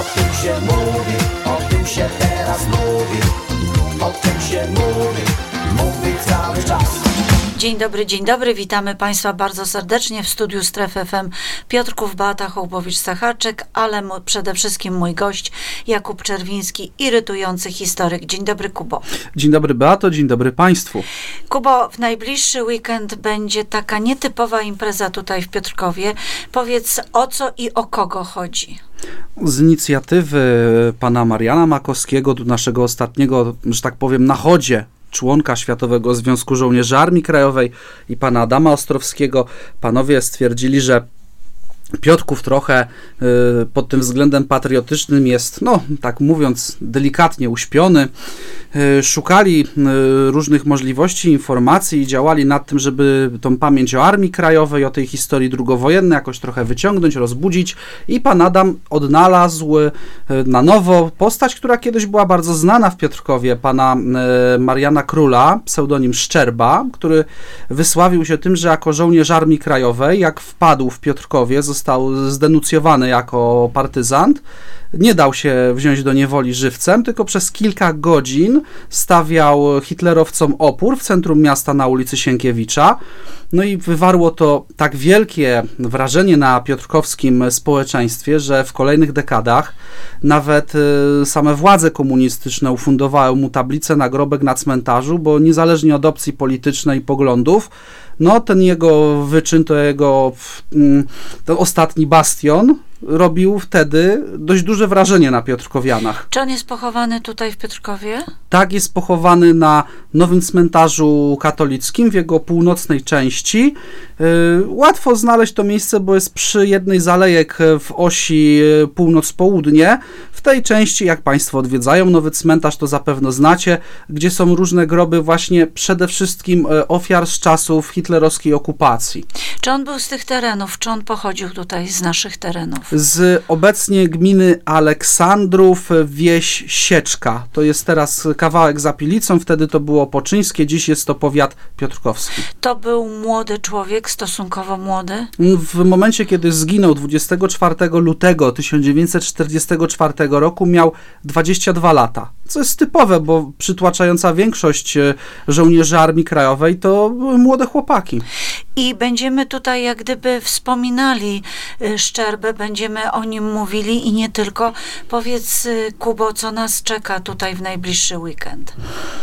tym się mówi, o tym się teraz mówi, o tym się mówi cały czas. Dzień dobry, witamy Państwa bardzo serdecznie w studiu Strefy FM. Piotrków, Beata Hołbowicz-Sachaczek, ale przede wszystkim mój gość Jakub Czerwiński, irytujący historyk. Dzień dobry, Kubo. Dzień dobry, Beato, dzień dobry Państwu. Kubo, w najbliższy weekend będzie taka nietypowa impreza tutaj w Piotrkowie. Powiedz, o co i o kogo chodzi? Z inicjatywy pana Mariana Makowskiego, naszego ostatniego, że tak powiem, na chodzie, członka Światowego Związku Żołnierzy Armii Krajowej i pana Adama Ostrowskiego, panowie stwierdzili, że Piotrków trochę pod tym względem patriotycznym jest, no tak mówiąc delikatnie, uśpiony. Szukali różnych możliwości, informacji i działali nad tym, żeby tą pamięć o Armii Krajowej, o tej historii drugowojennej jakoś trochę wyciągnąć, rozbudzić, i pan Adam odnalazł na nowo postać, która kiedyś była bardzo znana w Piotrkowie, pana Mariana Króla, pseudonim Szczerba, który wysławił się tym, że jako żołnierz Armii Krajowej, jak wpadł w Piotrkowie, został zdenucjowany jako partyzant, nie dał się wziąć do niewoli żywcem, tylko przez kilka godzin stawiał hitlerowcom opór w centrum miasta na ulicy Sienkiewicza. No i wywarło to tak wielkie wrażenie na piotrkowskim społeczeństwie, że w kolejnych dekadach nawet same władze komunistyczne ufundowały mu tablicę, nagrobek na cmentarzu, bo niezależnie od opcji politycznej i poglądów, no ten jego wyczyn, ten ostatni bastion robił wtedy dość duże wrażenie na piotrkowianach. Czy on jest pochowany tutaj w Piotrkowie? Tak, jest pochowany na nowym cmentarzu katolickim w jego północnej części. Łatwo znaleźć to miejsce, bo jest przy jednej z alejek w osi północ-południe. W tej części, jak Państwo odwiedzają nowy cmentarz, to zapewne znacie, gdzie są różne groby właśnie przede wszystkim ofiar z czasów hitlerowskiej okupacji. Czy on był z tych terenów? Czy on pochodził tutaj z naszych terenów? Z obecnie gminy Aleksandrów, wieś Sieczka. To jest teraz kawałek za Pilicą, wtedy to było Poczyńskie, dziś jest to powiat piotrkowski. To był młody człowiek, stosunkowo młody? W momencie, kiedy zginął 24 lutego 1944 roku, miał 22 lata. Co jest typowe, bo przytłaczająca większość żołnierzy Armii Krajowej to były młode chłopaki. I będziemy tutaj jak gdyby wspominali Szczerbę, będziemy o nim mówili i nie tylko. Powiedz, Kubo, co nas czeka tutaj w najbliższy weekend?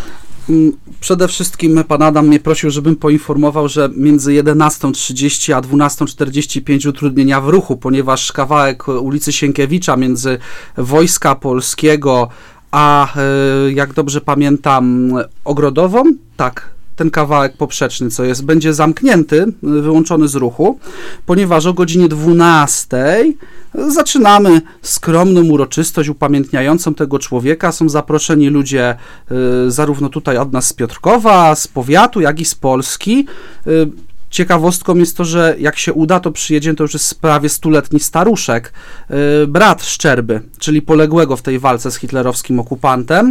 Przede wszystkim pan Adam mnie prosił, żebym poinformował, że między 11:30 a 12:45 utrudnienia w ruchu, ponieważ kawałek ulicy Sienkiewicza między Wojska Polskiego a, jak dobrze pamiętam, Ogrodową, tak, ten kawałek poprzeczny, co jest, będzie zamknięty, wyłączony z ruchu, ponieważ o godzinie 12:00 zaczynamy skromną uroczystość upamiętniającą tego człowieka. Są zaproszeni ludzie zarówno tutaj od nas z Piotrkowa, z powiatu, jak i z Polski. Ciekawostką jest to, że jak się uda, to przyjedzie, to już jest prawie 100-letni staruszek, brat Szczerby, czyli poległego w tej walce z hitlerowskim okupantem.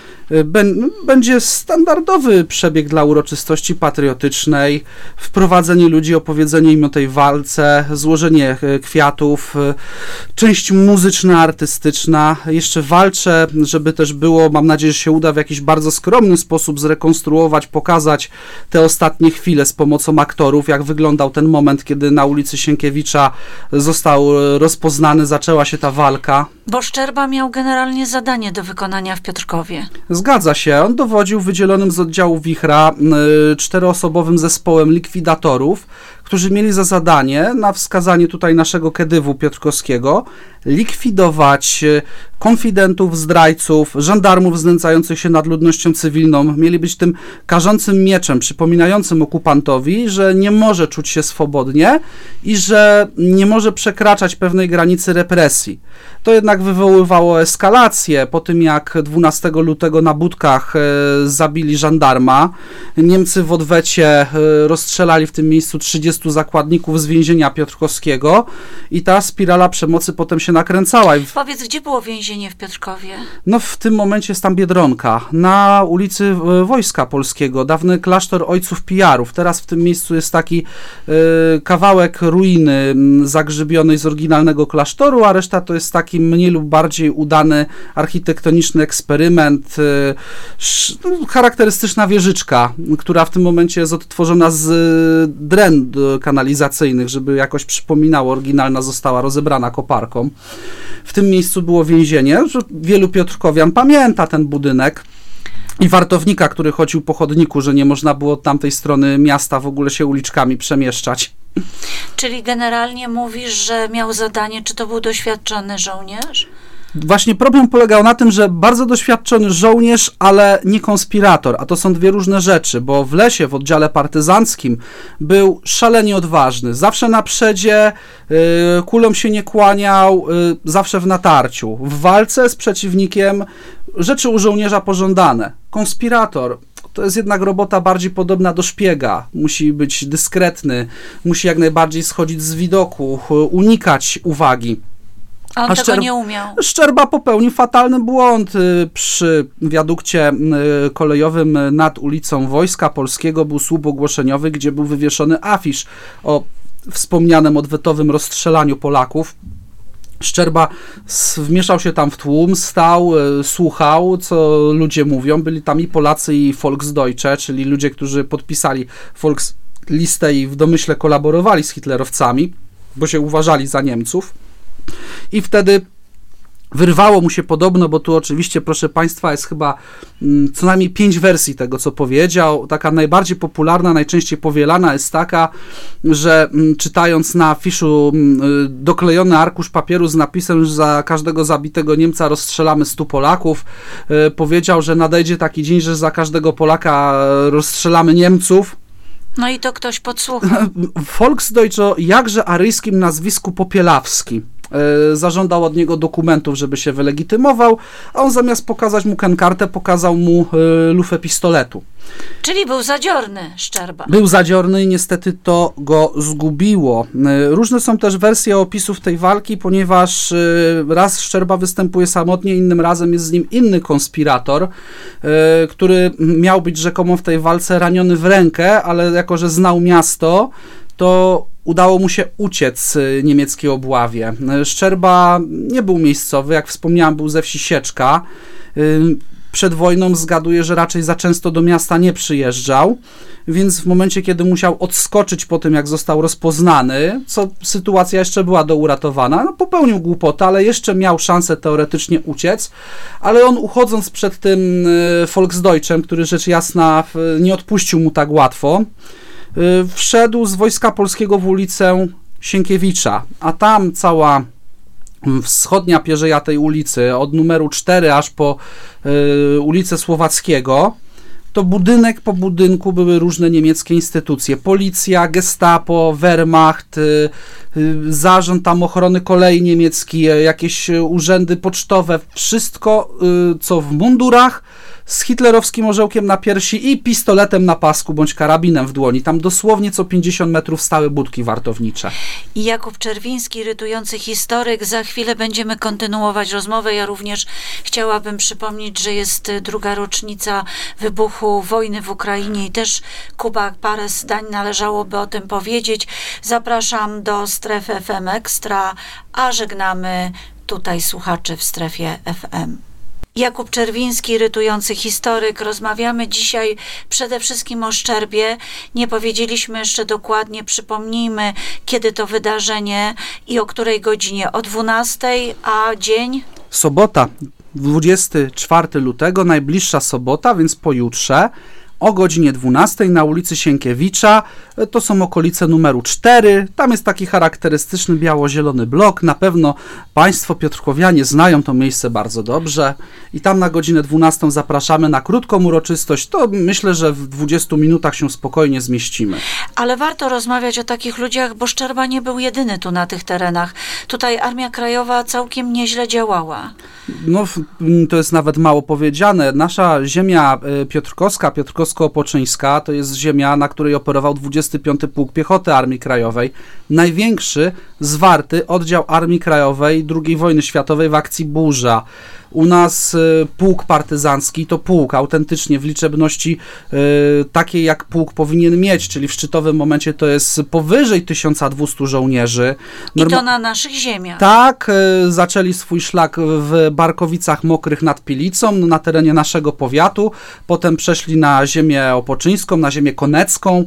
Będzie standardowy przebieg dla uroczystości patriotycznej, wprowadzenie ludzi, opowiedzenie im o tej walce, złożenie kwiatów, część muzyczna, artystyczna. Jeszcze walczę, żeby też było, mam nadzieję, że się uda w jakiś bardzo skromny sposób zrekonstruować, pokazać te ostatnie chwile z pomocą aktorów, jak wyglądał ten moment, kiedy na ulicy Sienkiewicza został rozpoznany, zaczęła się ta walka. Bo Szczerba miał generalnie zadanie do wykonania w Piotrkowie. Zgadza się. On dowodził wydzielonym z oddziału Wichra 4-osobowym zespołem likwidatorów, którzy mieli za zadanie, na wskazanie tutaj naszego Kedywu piotrkowskiego, likwidować konfidentów, zdrajców, żandarmów znęcających się nad ludnością cywilną. Mieli być tym karzącym mieczem, przypominającym okupantowi, że nie może czuć się swobodnie i że nie może przekraczać pewnej granicy represji. To jednak wywoływało eskalację po tym, jak 12 lutego na Budkach zabili żandarma. Niemcy w odwecie rozstrzelali w tym miejscu 30 zakładników z więzienia piotrkowskiego i ta spirala przemocy potem się nakręcała. Powiedz, gdzie było więzienie więzienie w Piotrkowie? No w tym momencie jest tam Biedronka, na ulicy Wojska Polskiego, dawny klasztor Ojców Pijarów. Teraz w tym miejscu jest taki kawałek ruiny zagrzybionej z oryginalnego klasztoru, a reszta to jest taki mniej lub bardziej udany architektoniczny eksperyment, charakterystyczna wieżyczka, która w tym momencie jest odtworzona z dren kanalizacyjnych, żeby jakoś przypominało, oryginalna została rozebrana koparką. W tym miejscu było więzienie, że wielu piotrkowian pamięta ten budynek i wartownika, który chodził po chodniku, że nie można było od tamtej strony miasta w ogóle się uliczkami przemieszczać. Czyli generalnie mówisz, że miał zadanie, czy to był doświadczony żołnierz? Właśnie problem polegał na tym, że bardzo doświadczony żołnierz, ale nie konspirator, a to są dwie różne rzeczy, bo w lesie, w oddziale partyzanckim był szalenie odważny, zawsze na przedzie, kulom się nie kłaniał, zawsze w natarciu. W walce z przeciwnikiem rzeczy u żołnierza pożądane. Konspirator to jest jednak robota bardziej podobna do szpiega. Musi być dyskretny, musi jak najbardziej schodzić z widoku, unikać uwagi. A on tego nie umiał. Szczerba popełnił fatalny błąd przy wiadukcie kolejowym nad ulicą Wojska Polskiego. Był słup ogłoszeniowy, gdzie był wywieszony afisz o wspomnianym odwetowym rozstrzelaniu Polaków. Szczerba wmieszał się tam w tłum, stał, słuchał, co ludzie mówią. Byli tam i Polacy, i Volksdeutsche, czyli ludzie, którzy podpisali Volkslistę i w domyśle kolaborowali z hitlerowcami, bo się uważali za Niemców. I wtedy wyrwało mu się podobno, bo tu oczywiście, proszę Państwa, jest chyba co najmniej 5 wersji tego, co powiedział. Taka najbardziej popularna, najczęściej powielana jest taka, że czytając na afiszu doklejony arkusz papieru z napisem, że za każdego zabitego Niemca rozstrzelamy 100 Polaków, powiedział, że nadejdzie taki dzień, że za każdego Polaka rozstrzelamy Niemców. No i to ktoś podsłuchał. Volksdeutsche o jakże aryjskim nazwisku Popielawski zażądał od niego dokumentów, żeby się wylegitymował, a on zamiast pokazać mu kartę, pokazał mu lufę pistoletu. Czyli był zadziorny Szczerba. Był zadziorny i niestety to go zgubiło. Różne są też wersje opisów tej walki, ponieważ raz Szczerba występuje samotnie, innym razem jest z nim inny konspirator, który miał być rzekomo w tej walce raniony w rękę, ale jako że znał miasto, to udało mu się uciec niemieckiej obławie. Szczerba nie był miejscowy, jak wspomniałem, był ze wsi Sieczka. Przed wojną zgaduję, że raczej za często do miasta nie przyjeżdżał, więc w momencie, kiedy musiał odskoczyć po tym, jak został rozpoznany, co sytuacja jeszcze była do uratowania, no popełnił głupotę, ale jeszcze miał szansę teoretycznie uciec, ale on uchodząc przed tym Volksdeutschem, który rzecz jasna nie odpuścił mu tak łatwo, wszedł z Wojska Polskiego w ulicę Sienkiewicza, a tam cała wschodnia pierzeja tej ulicy, od numeru 4 aż po ulicę Słowackiego, to budynek po budynku były różne niemieckie instytucje. Policja, Gestapo, Wehrmacht, zarząd tam ochrony kolei niemieckiej, jakieś urzędy pocztowe, wszystko co w mundurach, z hitlerowskim orzełkiem na piersi i pistoletem na pasku bądź karabinem w dłoni. Tam dosłownie co 50 metrów stały budki wartownicze. I Jakub Czerwiński, irytujący historyk. Za chwilę będziemy kontynuować rozmowę. Ja również chciałabym przypomnieć, że jest 2. rocznica wybuchu wojny w Ukrainie i też, Kuba, parę zdań należałoby o tym powiedzieć. Zapraszam do strefy FM Ekstra, a żegnamy tutaj słuchaczy w strefie FM. Jakub Czerwiński, irytujący historyk. Rozmawiamy dzisiaj przede wszystkim o Szczerbie. Nie powiedzieliśmy jeszcze dokładnie, przypomnijmy, kiedy to wydarzenie i o której godzinie. O 12, a dzień? Sobota, 24 lutego, najbliższa sobota, więc pojutrze. O godzinie 12 na ulicy Sienkiewicza, to są okolice numeru 4, tam jest taki charakterystyczny biało-zielony blok, na pewno Państwo piotrkowianie znają to miejsce bardzo dobrze i tam na godzinę 12 zapraszamy na krótką uroczystość, to myślę, że w 20 minutach się spokojnie zmieścimy. Ale warto rozmawiać o takich ludziach, bo Szczerba nie był jedyny tu na tych terenach. Tutaj Armia Krajowa całkiem nieźle działała. No, to jest nawet mało powiedziane. Nasza ziemia piotrkowska Kujawsko-Opoczyńska to jest ziemia, na której operował 25. Pułk Piechoty Armii Krajowej, największy zwarty oddział Armii Krajowej II wojny światowej w akcji Burza. U nas pułk partyzancki to pułk autentycznie w liczebności takiej, jak pułk powinien mieć, czyli w szczytowym momencie to jest powyżej 1200 żołnierzy. I to na naszych ziemiach. Tak, zaczęli swój szlak w Barkowicach Mokrych nad Pilicą, na terenie naszego powiatu, potem przeszli na ziemię opoczyńską, na ziemię konecką,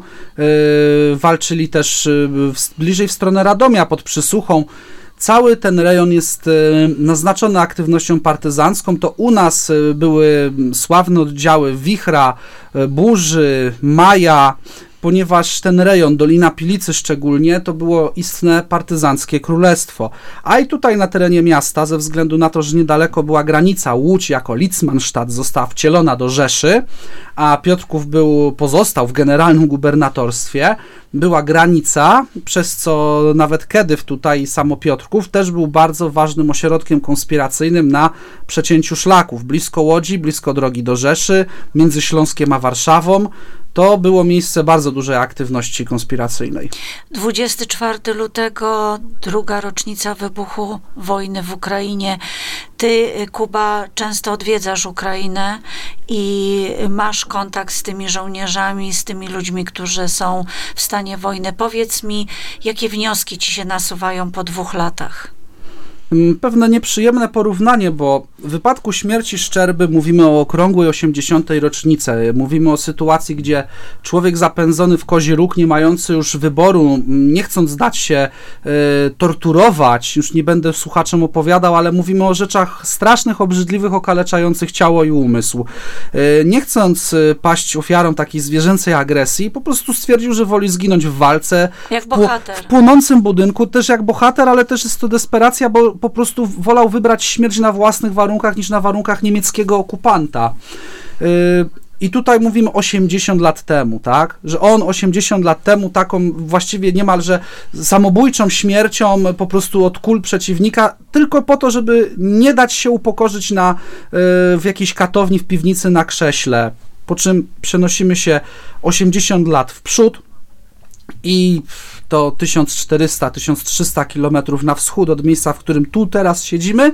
walczyli też bliżej w stronę Radomia pod Przysuchą. Cały ten rejon jest naznaczony aktywnością partyzancką. To u nas były sławne oddziały Wichra, Burzy, Maja, ponieważ ten rejon, Dolina Pilicy szczególnie, to było istne partyzanckie królestwo. A i tutaj na terenie miasta, ze względu na to, że niedaleko była granica, Łódź jako Litzmannstadt została wcielona do Rzeszy, a Piotrków pozostał w generalnym gubernatorstwie, była granica, przez co nawet Kedyw tutaj, samo Piotrków, też był bardzo ważnym ośrodkiem konspiracyjnym na przecięciu szlaków. Blisko Łodzi, blisko drogi do Rzeszy, między Śląskiem a Warszawą. To było miejsce bardzo dużej aktywności konspiracyjnej. 24 lutego, druga rocznica wybuchu wojny w Ukrainie. Ty, Kuba, często odwiedzasz Ukrainę i masz kontakt z tymi żołnierzami, z tymi ludźmi, którzy są w stanie wojny. Powiedz mi, jakie wnioski ci się nasuwają po 2 latach? Pewne nieprzyjemne porównanie, bo w wypadku śmierci Szczerby mówimy o okrągłej 80. rocznicy. Mówimy o sytuacji, gdzie człowiek zapędzony w kozi róg, nie mający już wyboru, nie chcąc dać się torturować, już nie będę słuchaczom opowiadał, ale mówimy o rzeczach strasznych, obrzydliwych, okaleczających ciało i umysł. Nie chcąc paść ofiarą takiej zwierzęcej agresji, po prostu stwierdził, że woli zginąć w walce. Jak bohater. W płonącym budynku, też jak bohater, ale też jest to desperacja, bo po prostu wolał wybrać śmierć na własnych warunkach niż na warunkach niemieckiego okupanta. I tutaj mówimy 80 lat temu, tak? Że on 80 lat temu taką właściwie niemalże samobójczą śmiercią po prostu od kul przeciwnika, tylko po to, żeby nie dać się upokorzyć w jakiejś katowni w piwnicy na krześle. Po czym przenosimy się 80 lat w przód i to 1400-1300 kilometrów na wschód od miejsca, w którym tu teraz siedzimy.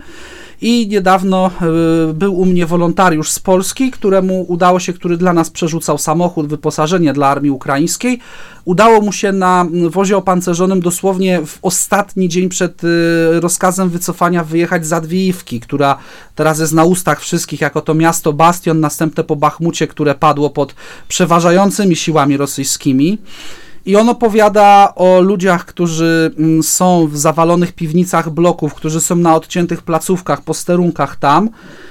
I niedawno był u mnie wolontariusz z Polski, któremu udało się, który dla nas przerzucał samochód, wyposażenie dla armii ukraińskiej. Udało mu się na wozie opancerzonym dosłownie w ostatni dzień przed rozkazem wycofania wyjechać z Adwijiwki, która teraz jest na ustach wszystkich jako to miasto bastion, następne po Bachmucie, które padło pod przeważającymi siłami rosyjskimi. I on opowiada o ludziach, którzy są w zawalonych piwnicach bloków, którzy są na odciętych placówkach, posterunkach tam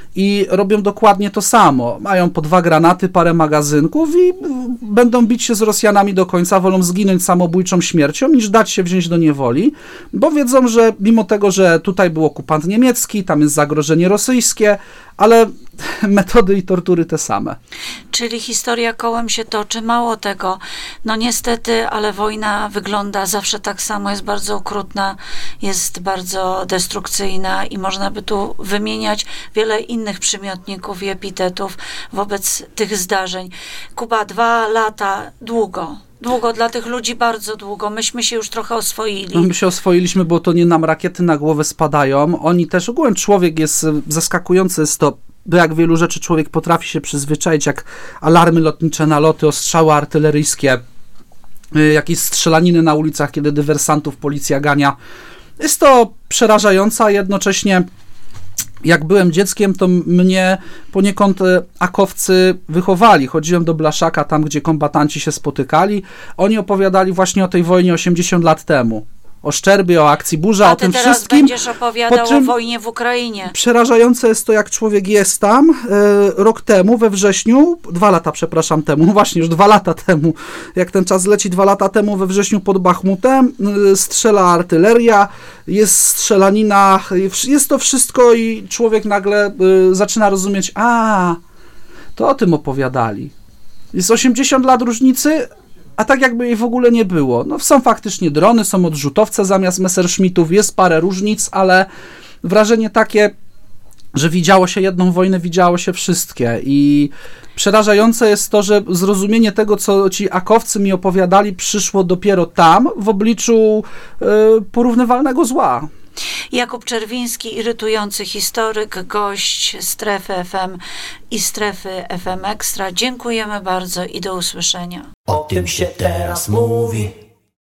i robią dokładnie to samo. Mają po 2 granaty, parę magazynków i będą bić się z Rosjanami do końca, wolą zginąć samobójczą śmiercią, niż dać się wziąć do niewoli, bo wiedzą, że mimo tego, że tutaj był okupant niemiecki, tam jest zagrożenie rosyjskie, ale metody i tortury te same. Czyli historia kołem się toczy. Mało tego, no niestety, ale wojna wygląda zawsze tak samo, jest bardzo okrutna, jest bardzo destrukcyjna i można by tu wymieniać wiele innych przymiotników i epitetów wobec tych zdarzeń. Kuba, 2 lata, długo dla tych ludzi, bardzo długo. Myśmy się już trochę oswoili. No, my się oswoiliśmy, bo to nie nam rakiety na głowę spadają. Oni też, ogółem człowiek jest zaskakujący, jest to, do jak wielu rzeczy człowiek potrafi się przyzwyczaić, jak alarmy lotnicze, naloty, ostrzały artyleryjskie, jakieś strzelaniny na ulicach, kiedy dywersantów policja gania. Jest to przerażające, a jednocześnie jak byłem dzieckiem, to mnie poniekąd akowcy wychowali. Chodziłem do Blaszaka, tam gdzie kombatanci się spotykali. Oni opowiadali właśnie o tej wojnie 80 lat temu. O Szczerbie, o akcji Burza, o tym wszystkim. A ty teraz będziesz opowiadał o wojnie w Ukrainie. Przerażające jest to, jak człowiek jest tam. Rok temu, we wrześniu, 2 lata, przepraszam, temu, no właśnie już 2 lata temu, jak ten czas leci, 2 lata temu we wrześniu pod Bachmutem, strzela artyleria, jest strzelanina, jest to wszystko i człowiek nagle zaczyna rozumieć, to o tym opowiadali. Jest 80 lat różnicy, a tak jakby jej w ogóle nie było. No są faktycznie drony, są odrzutowce zamiast Messerschmittów, jest parę różnic, ale wrażenie takie, że widziało się jedną wojnę, widziało się wszystkie i przerażające jest to, że zrozumienie tego, co ci akowcy mi opowiadali, przyszło dopiero tam, w obliczu porównywalnego zła. Jakub Czerwiński, irytujący historyk, gość Strefy FM i Strefy FM Ekstra. Dziękujemy bardzo i do usłyszenia. O tym się teraz mówi.